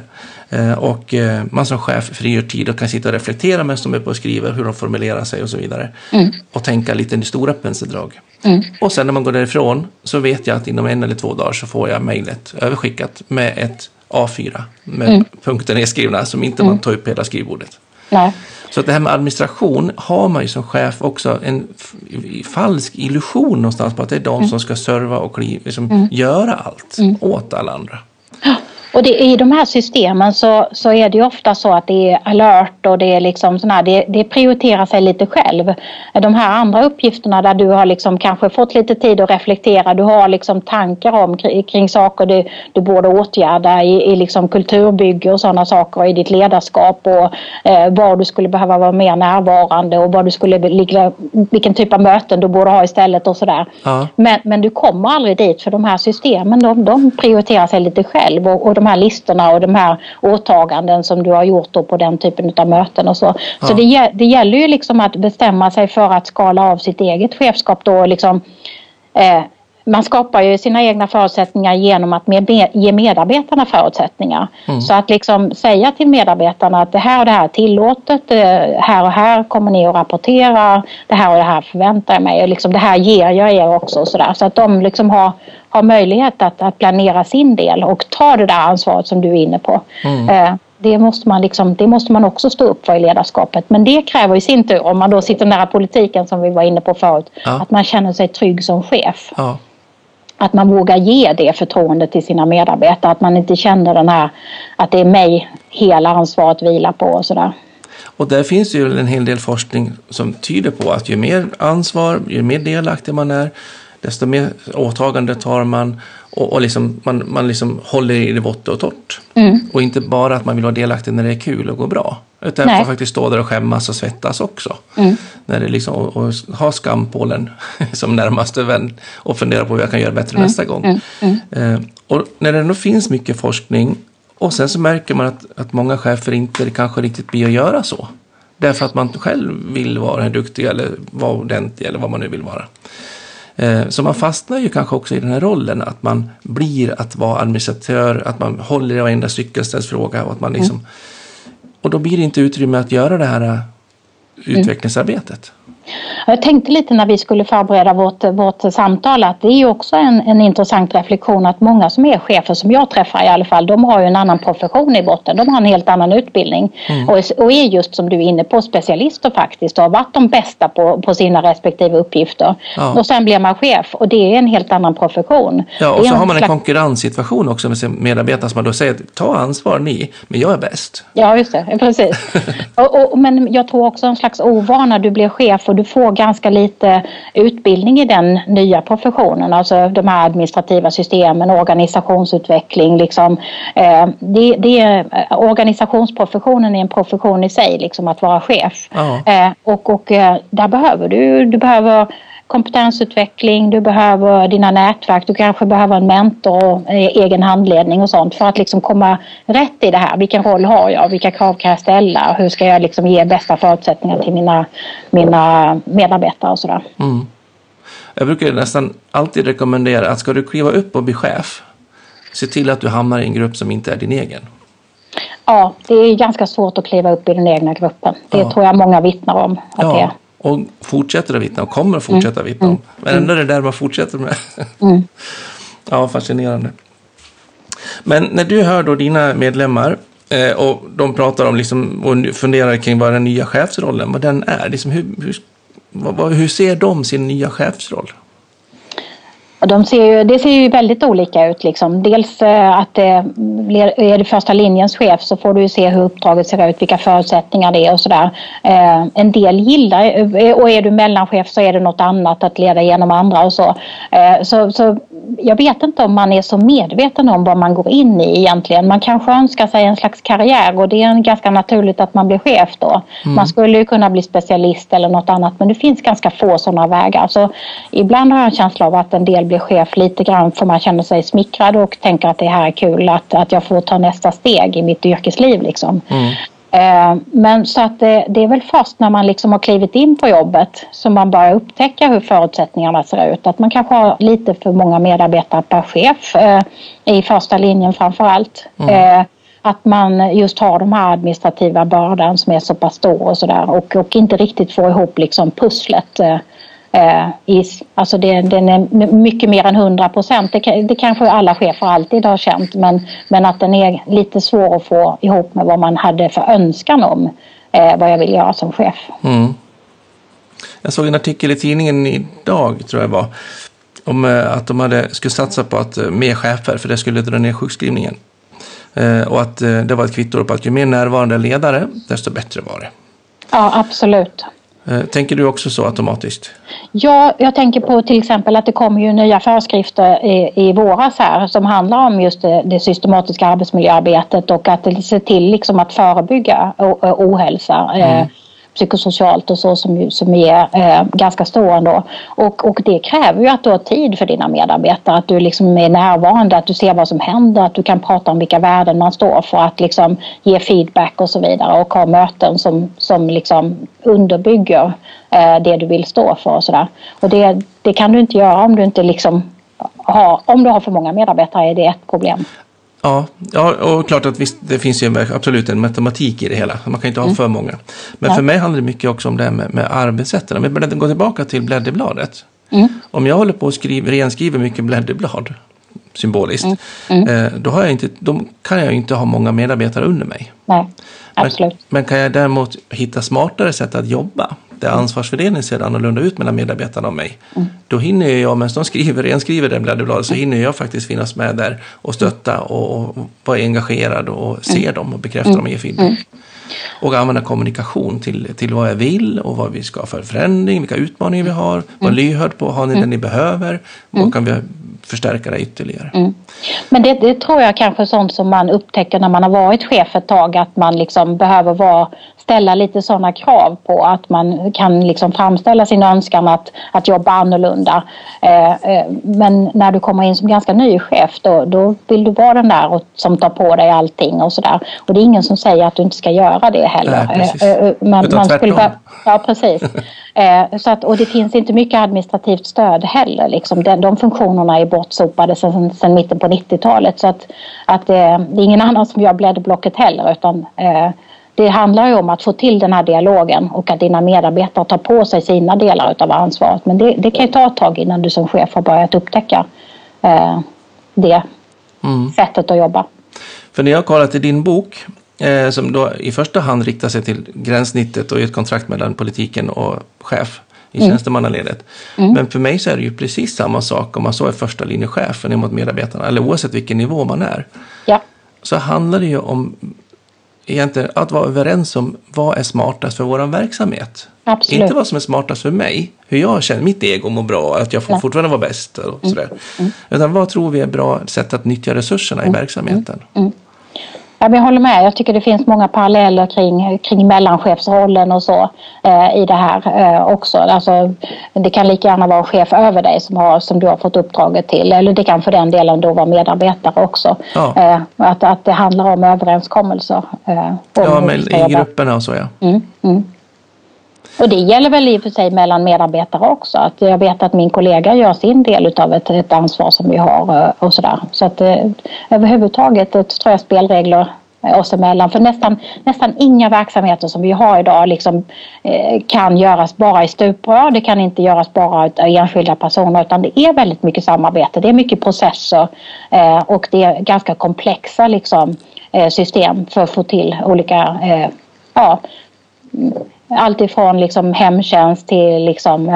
Och man som chef frigör tid och kan sitta och reflektera medan de är på och skriver hur de formulerar sig och så vidare. Mm. Och tänka lite i stora penseldrag. Mm. Och sen när man går därifrån så vet jag att inom en eller två dagar så får jag mejlet överskickat med ett A fyra med mm. punkter nedskrivna som inte mm. man tar upp hela skrivbordet. Nej. Så att det här med administration har man ju som chef också en f- falsk illusion någonstans på att det är de mm. som ska serva och liksom mm. göra allt mm. åt alla andra. Och det, i de här systemen så, så är det ju ofta så att det är alert och det är liksom sån här, det, det prioriterar sig lite själv. De här andra uppgifterna där du har liksom kanske fått lite tid att reflektera, du har liksom tankar om kring, kring saker du, du borde åtgärda i, i liksom kulturbygge och sådana saker i ditt ledarskap och eh, var du skulle behöva vara mer närvarande och vad du skulle ligga, vilken typ av möten du borde ha istället och sådär. Ja. Men, men du kommer aldrig dit för de här systemen, de, de prioriterar sig lite själv och, och de här listorna och de här åtaganden som du har gjort då på den typen av möten och så. Ja. Så det, det gäller ju liksom att bestämma sig för att skala av sitt eget chefskap då liksom eh, man skapar ju sina egna förutsättningar genom att med, ge medarbetarna förutsättningar. Mm. Så att liksom säga till medarbetarna att det här och det här är tillåtet, här och här kommer ni att rapportera, det här och det här förväntar jag mig, och liksom det här ger jag er också. Och så, där. Så att de liksom har, har möjlighet att, att planera sin del och ta det där ansvaret som du är inne på. Mm. Eh, Det måste, man liksom, det måste man också stå upp för i ledarskapet. Men det kräver i sin tur, om man då sitter nära politiken som vi var inne på förut, ja. Att man känner sig trygg som chef. Ja. Att man vågar ge det förtroendet till sina medarbetare. Att man inte känner den här, att det är mig hela ansvaret vilar på och sådär. Och där finns ju en hel del forskning som tyder på att ju mer ansvar, ju mer delaktig man är, desto mer åtagande tar man och, och liksom, man, man liksom håller i det vått och torrt. Mm. Och inte bara att man vill vara delaktig när det är kul och går bra. Utan att faktiskt stå där och skämmas och svettas också. Mm. När det liksom, och, och ha skampålen som närmaste vän och fundera på hur jag kan göra bättre mm. nästa gång. Mm. Mm. Eh, och när det ändå finns mycket forskning och sen så märker man att, att många chefer inte kanske riktigt blir att göra så. Därför att man själv vill vara duktig eller vara ordentlig eller vad man nu vill vara. Så man fastnar ju kanske också i den här rollen att man blir att vara administratör, att man håller i varenda cykelställsfråga och att man liksom, mm. och då blir det inte utrymme att göra det här utvecklingsarbetet. Jag tänkte lite när vi skulle förbereda vårt, vårt samtal att det är ju också en, en intressant reflektion att många som är chefer, som jag träffar i alla fall, de har ju en annan profession i botten. De har en helt annan utbildning mm. och, och är just som du är inne på specialister faktiskt och har varit de bästa på, på sina respektive uppgifter. Ja. Och sen blir man chef och det är en helt annan profession. Ja, och så har man en slags konkurrenssituation också med sina medarbetare som man då säger ta ansvar ni, men jag är bäst. Ja, just det. Precis. och, och, men jag tror också en slags ovana. Du blir chef och du får ganska lite utbildning i den nya professionen. Alltså de här administrativa systemen, organisationsutveckling. Liksom. Eh, det, det är, organisationsprofessionen är en profession i sig, liksom att vara chef. Ja. Eh, och och eh, där behöver du, du behöver kompetensutveckling, du behöver dina nätverk, du kanske behöver en mentor och egen handledning och sånt för att liksom komma rätt i det här. Vilken roll har jag? Vilka krav kan jag ställa? Hur ska jag liksom ge bästa förutsättningar till mina, mina medarbetare och sådär. Mm. Jag brukar nästan alltid rekommendera att ska du kliva upp och bli chef, se till att du hamnar i en grupp som inte är din egen. Ja, det är ganska svårt att kliva upp i den egna gruppen. Det ja. tror jag många vittnar om. Att ja. det är. Och fortsätter att vittna och kommer att fortsätta mm. vittna om. Men ändå är det där man fortsätter med. Mm. Ja, fascinerande. Men när du hör då dina medlemmar eh, och de pratar om liksom, och funderar kring vad den nya chefsrollen, vad den är. Liksom, hur, hur, vad, hur ser de sin nya chefsroll? De ser ju, det ser ju väldigt olika ut. Liksom. Dels att det är det första linjens chef så får du se hur uppdraget ser ut, vilka förutsättningar det är och sådär. Eh, en del gillar, och är du mellanchef så är det något annat att leda genom andra och så. Eh, så, så jag vet inte om man är så medveten om vad man går in i egentligen. Man kanske önskar sig en slags karriär och det är ganska naturligt att man blir chef då. Mm. Man skulle ju kunna bli specialist eller något annat, men det finns ganska få sådana vägar. Så ibland har jag en känsla av att en del blir chef lite grann för man känner sig smickrad och tänker att det här är kul, att, att jag får ta nästa steg i mitt yrkesliv liksom. Mm. Eh, men så att det, det är väl först när man liksom har klivit in på jobbet som man börjar upptäcka hur förutsättningarna ser ut. Att man kanske har lite för många medarbetare per chef eh, i första linjen framför allt. Mm. Eh, att man just har de här administrativa bördan som är så pass stor och sådär och, och inte riktigt får ihop liksom pusslet. Eh, Eh, is, alltså det, den är mycket mer än hundra procent. Det, det kanske alla chefer alltid har känt, men, men att den är lite svår att få ihop med vad man hade för önskan om eh, vad jag vill göra som chef. Mm. Jag såg en artikel i tidningen idag, tror jag var, om eh, att de hade, skulle satsa på att eh, mer chefer, för det skulle dra ner sjukskrivningen. Eh, och att eh, det var ett kvitto på att ju mer närvarande ledare, desto bättre var det. Ja, absolut. Tänker du också så automatiskt? Ja, jag tänker på till exempel att det kommer ju nya föreskrifter i, i våras här som handlar om just det, det systematiska arbetsmiljöarbetet och att det ser till liksom att förebygga ohälsa. Mm. Eh, psykosocialt och så som, som är eh, ganska stor ändå. Och, och det kräver ju att du har tid för dina medarbetare, att du liksom är närvarande, att du ser vad som händer, att du kan prata om vilka värden man står för, att liksom ge feedback och så vidare och ha möten som, som liksom underbygger eh, det du vill stå för och sådär. Och det, det kan du inte göra om du inte liksom har, om du har för många medarbetare är det ett problem. Ja, ja, och klart att visst, det finns ju absolut en matematik i det hela. Man kan inte ha mm. för många. Men ja. för mig handlar det mycket också om det med, med arbetssätten. Om vi börjar gå tillbaka till blädderbladet. Mm. Om jag håller på att skriva, renskriver mycket blädderblad, symboliskt, mm. Mm. Eh, då, har jag inte, då kan jag inte ha många medarbetare under mig. Nej, absolut. Men, men kan jag däremot hitta smartare sätt att jobba, där ansvarsfördelningen ser annorlunda ut mellan medarbetarna och mig, mm. då hinner jag, medan de skriver, renskriver det blädderbladet, så hinner jag faktiskt finnas med där och stötta och, och vara engagerad och se mm. dem och bekräfta mm. dem i feedback. Mm. Och använda kommunikation till, till vad jag vill och vad vi ska för förändring, vilka utmaningar vi har, vad lyhörd på, har ni mm. det ni behöver, mm. vad kan vi förstärka det ytterligare. Mm. Men det, det tror jag kanske är sånt som man upptäcker när man har varit chef ett tag, att man liksom behöver vara, ställa lite sådana krav på att man kan liksom framställa sin önskan att, att jobba annorlunda. Eh, eh, men när du kommer in som ganska ny chef då, då vill du vara den där och, som tar på dig allting och sådär. Och det är ingen som säger att du inte ska göra det heller. Nej, precis. Eh, eh, men Utan man tvärtom. skulle, ja, precis. eh, så att, och det finns inte mycket administrativt stöd heller. Liksom. De, de funktionerna är bortsopade sedan, sedan mitten på nittiotalet. Så att, att eh, det är ingen annan som gör blädderblocket heller, utan eh, det handlar ju om att få till den här dialogen och att dina medarbetare tar på sig sina delar av ansvaret. Men det, det kan ju ta ett tag innan du som chef har börjat upptäcka eh, det mm. sättet att jobba. För när jag har kollat i din bok, eh, som då i första hand riktar sig till gränssnittet och ett kontrakt mellan politiken och chef i mm. tjänstemannaledet. Mm. Men för mig så är det ju precis samma sak om man så är första linjechefen emot medarbetarna, eller oavsett vilken nivå man är. Ja. Så handlar det ju om egentligen att vara överens om vad är smartast för vår verksamhet. Absolut. Inte vad som är smartast för mig, hur jag känner, mitt ego mår bra, att jag får Nej. fortfarande vara bäst och sådär. Mm. Mm. Utan vad tror vi är bra sätt att nyttja resurserna mm. i verksamheten? Mm. Mm. Ja, jag håller med. Jag tycker det finns många paralleller kring, kring mellanchefsrollen och så eh, i det här eh, också. Alltså, det kan lika gärna vara en chef över dig som, har, som du har fått uppdraget till. Eller det kan för den delen då vara medarbetare också. Ja. Eh, att, att det handlar om överenskommelser. Eh, om ja, men i grupperna och så ja. Mm, mm. Och det gäller väl i och för sig mellan medarbetare också. Att jag vet att min kollega gör sin del av ett, ett ansvar som vi har och sådär. Så att eh, överhuvudtaget tror jag spelregler oss emellan. För nästan, nästan inga verksamheter som vi har idag liksom, eh, kan göras bara i stuprör. Det kan inte göras bara av enskilda personer, utan det är väldigt mycket samarbete. Det är mycket processer eh, och det är ganska komplexa liksom, eh, system för att få till olika... Eh, ja, allt ifrån liksom hemtjänst till liksom,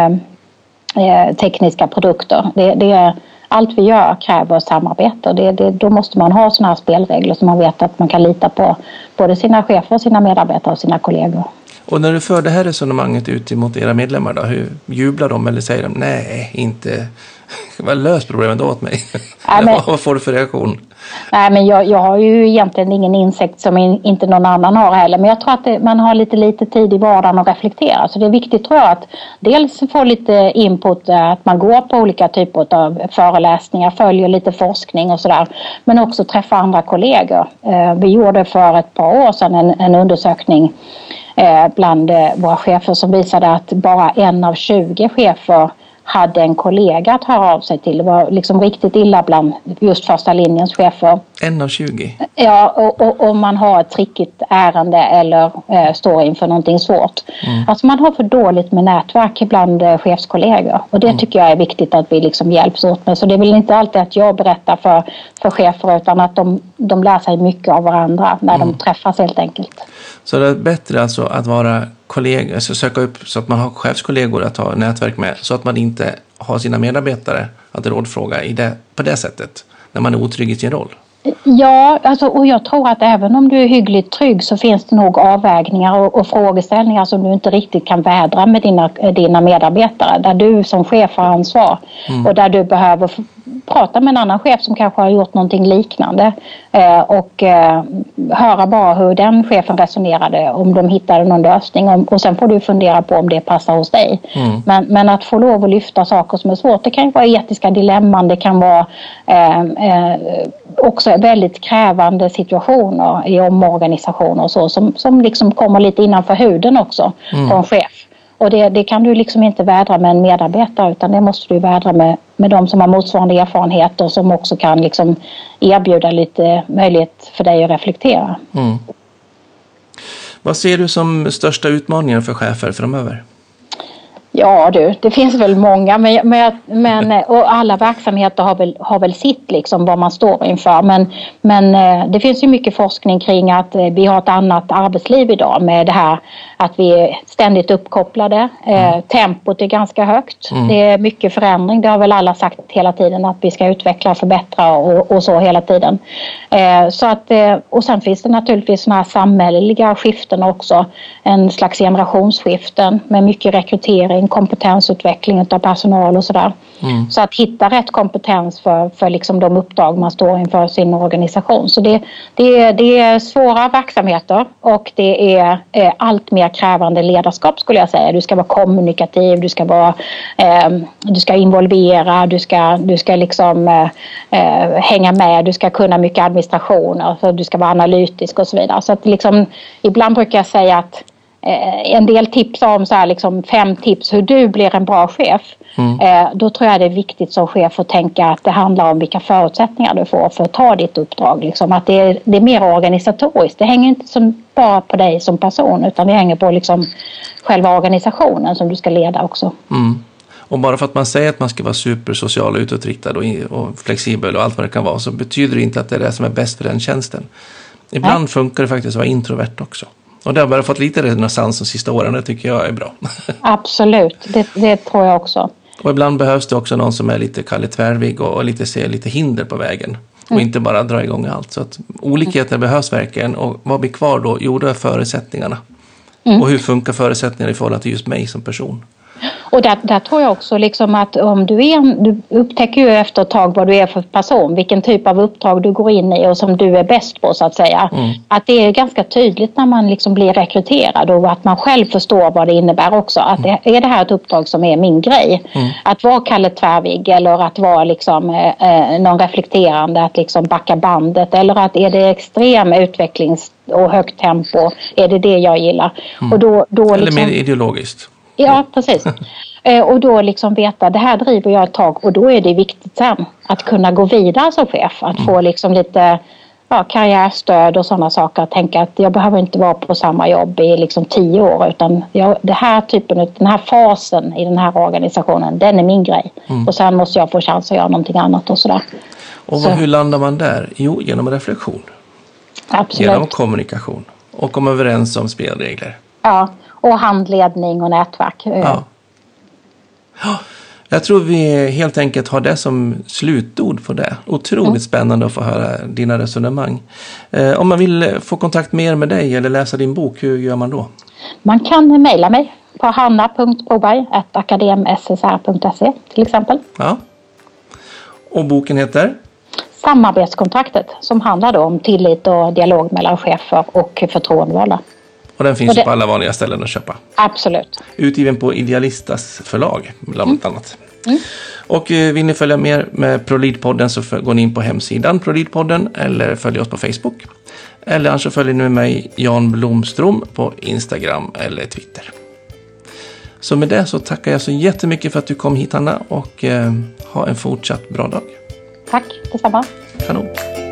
eh, tekniska produkter. Det, det, allt vi gör kräver samarbete. Det, det, då måste man ha såna här spelregler så man vet att man kan lita på både sina chefer, sina medarbetare och sina kollegor. Och när du för det här resonemanget ut mot era medlemmar då, hur jublar de eller säger de nej, inte... Vad lös problemet åt mig? Nej, men, vad får du för reaktion? Nej, men jag, jag har ju egentligen ingen insikt som in, inte någon annan har heller. Men jag tror att det, man har lite lite tid i vardagen att reflektera. Så det är viktigt tror jag att dels få lite input, att man går på olika typer av föreläsningar, följer lite forskning och sådär. Men också träffa andra kollegor. Vi gjorde för ett par år sedan en, en undersökning bland våra chefer som visade att bara en av tjugo chefer hade en kollega att höra av sig till. Det var liksom riktigt illa bland just första linjens chefer. En av tjugo? Ja, och, och om man har ett trickigt ärende eller eh, står inför någonting svårt. Mm. Alltså man har för dåligt med nätverk bland eh, chefskollegor. Och det mm. tycker jag är viktigt att vi liksom hjälps åt med. Så det är väl inte alltid att jag berättar för, för chefer utan att de, de lär sig mycket av varandra när mm. de träffas helt enkelt. Så det är bättre alltså att vara kollega, alltså söka upp så att man har chefskollegor att ha nätverk med så att man inte har sina medarbetare att rådfråga i det, på det sättet när man är otrygg i sin roll. Ja, alltså, och jag tror att även om du är hyggligt trygg så finns det nog avvägningar och, och frågeställningar som du inte riktigt kan vädra med dina, dina medarbetare. Där du som chef har ansvar mm. och där du behöver f- prata med en annan chef som kanske har gjort någonting liknande eh, och eh, höra bara hur den chefen resonerade om de hittade någon lösning om, och sen får du fundera på om det passar hos dig. Mm. Men, men att få lov att lyfta saker som är svårt, det kan ju vara etiska dilemman, det kan vara eh, eh, också väldigt krävande situationer i omorganisationer och så som, som liksom kommer lite innanför huden också mm. på en chef. Och det, det kan du liksom inte vädra med en medarbetare utan det måste du vädra med, med de som har motsvarande erfarenheter och som också kan liksom erbjuda lite möjlighet för dig att reflektera. Mm. Vad ser du som största utmaningar för chefer framöver? Ja du, det finns väl många men, men, men och alla verksamheter har väl, har väl sitt liksom vad man står inför men, men det finns ju mycket forskning kring att vi har ett annat arbetsliv idag med det här att vi är ständigt uppkopplade, mm. eh, tempot är ganska högt, mm. det är mycket förändring, det har väl alla sagt hela tiden att vi ska utveckla och förbättra och, och så hela tiden. Eh, så att, eh, och sen finns det naturligtvis såna här samhälleliga skiften också, en slags generationsskiften med mycket rekrytering, kompetensutveckling av personal och sådär. Mm. Så att hitta rätt kompetens för, för liksom de uppdrag man står inför sin organisation. Så det, det, är, det är svåra verksamheter och det är eh, allt mer krävande ledarskap skulle jag säga. Du ska vara kommunikativ, du ska vara eh, du ska involvera, du ska, du ska liksom eh, hänga med, du ska kunna mycket administration, alltså du ska vara analytisk och så vidare. Så att liksom, ibland brukar jag säga att en del tips om så här, liksom fem tips hur du blir en bra chef. Mm. Då tror jag det är viktigt som chef att tänka att det handlar om vilka förutsättningar du får för att ta ditt uppdrag. Liksom att det är, det är mer organisatoriskt. Det hänger inte som, bara på dig som person, utan det hänger på liksom själva organisationen som du ska leda också. Mm. Och bara för att man säger att man ska vara supersocial och utåtriktad och, och flexibel och allt vad det kan vara, så betyder det inte att det är det som är bäst för den tjänsten. Ibland Nej. funkar det faktiskt att vara introvert också. Och det har bara fått lite renässans de sista åren, det tycker jag är bra. Absolut, det, det tror jag också. Och ibland behövs det också någon som är lite kalltvärvig och, och lite ser lite hinder på vägen. Och mm. inte bara dra igång allt. Så att olikheter mm. behövs verkligen. Och vad blir kvar då? Jo, det är förutsättningarna. Mm. Och hur funkar förutsättningarna i förhållande till just mig som person? Och där, där tror jag också liksom att om du, är en, du upptäcker ju efter ett tag vad du är för person, vilken typ av uppdrag du går in i och som du är bäst på så att säga. Mm. Att det är ganska tydligt när man liksom blir rekryterad och att man själv förstår vad det innebär också. Att mm. det, är det här ett uppdrag som är min grej? Mm. Att vara Kalle Tvärvig eller att vara liksom, eh, någon reflekterande, att liksom backa bandet, eller att är det extrem utvecklings- och högt tempo, är det det jag gillar? Mm. Och då, då eller liksom, mer ideologiskt. Ja, precis. Och då liksom veta, det här driver jag ett tag, och då är det viktigt sen att kunna gå vidare som chef. Att mm. få liksom lite ja, karriärstöd och sådana saker. Att tänka att jag behöver inte vara på samma jobb i liksom tio år, utan jag, det här typen, den här fasen i den här organisationen, den är min grej. Mm. Och sen måste jag få chans att göra någonting annat och sådär. Och vad, Så. hur landar man där? Jo, genom reflektion. Absolut. Genom kommunikation. Och komma överens om spelregler. Ja, och handledning och nätverk. Ja. Ja, jag tror vi helt enkelt har det som slutord på det. Otroligt mm. spännande att få höra dina resonemang. Eh, om man vill få kontakt mer med dig eller läsa din bok, hur gör man då? Man kan mejla mig på hanna punkt broberg at akadem s s r punkt se till exempel. Ja. Och boken heter? Samarbetskontraktet, som handlar då om tillit och dialog mellan chefer och förtroendevalda. Och den finns och det, på alla vanliga ställen att köpa. Absolut. Utgiven på Idealistas förlag, bland mm. annat. Mm. Och eh, vill ni följa mer med ProLead-podden så för, går ni in på hemsidan ProLead-podden eller följ oss på Facebook. Eller annars så följer ni med mig, Jan Blomström, på Instagram eller Twitter. Så med det så tackar jag så jättemycket för att du kom hit, Hanna, och eh, ha en fortsatt bra dag. Tack, detsamma. Kanon.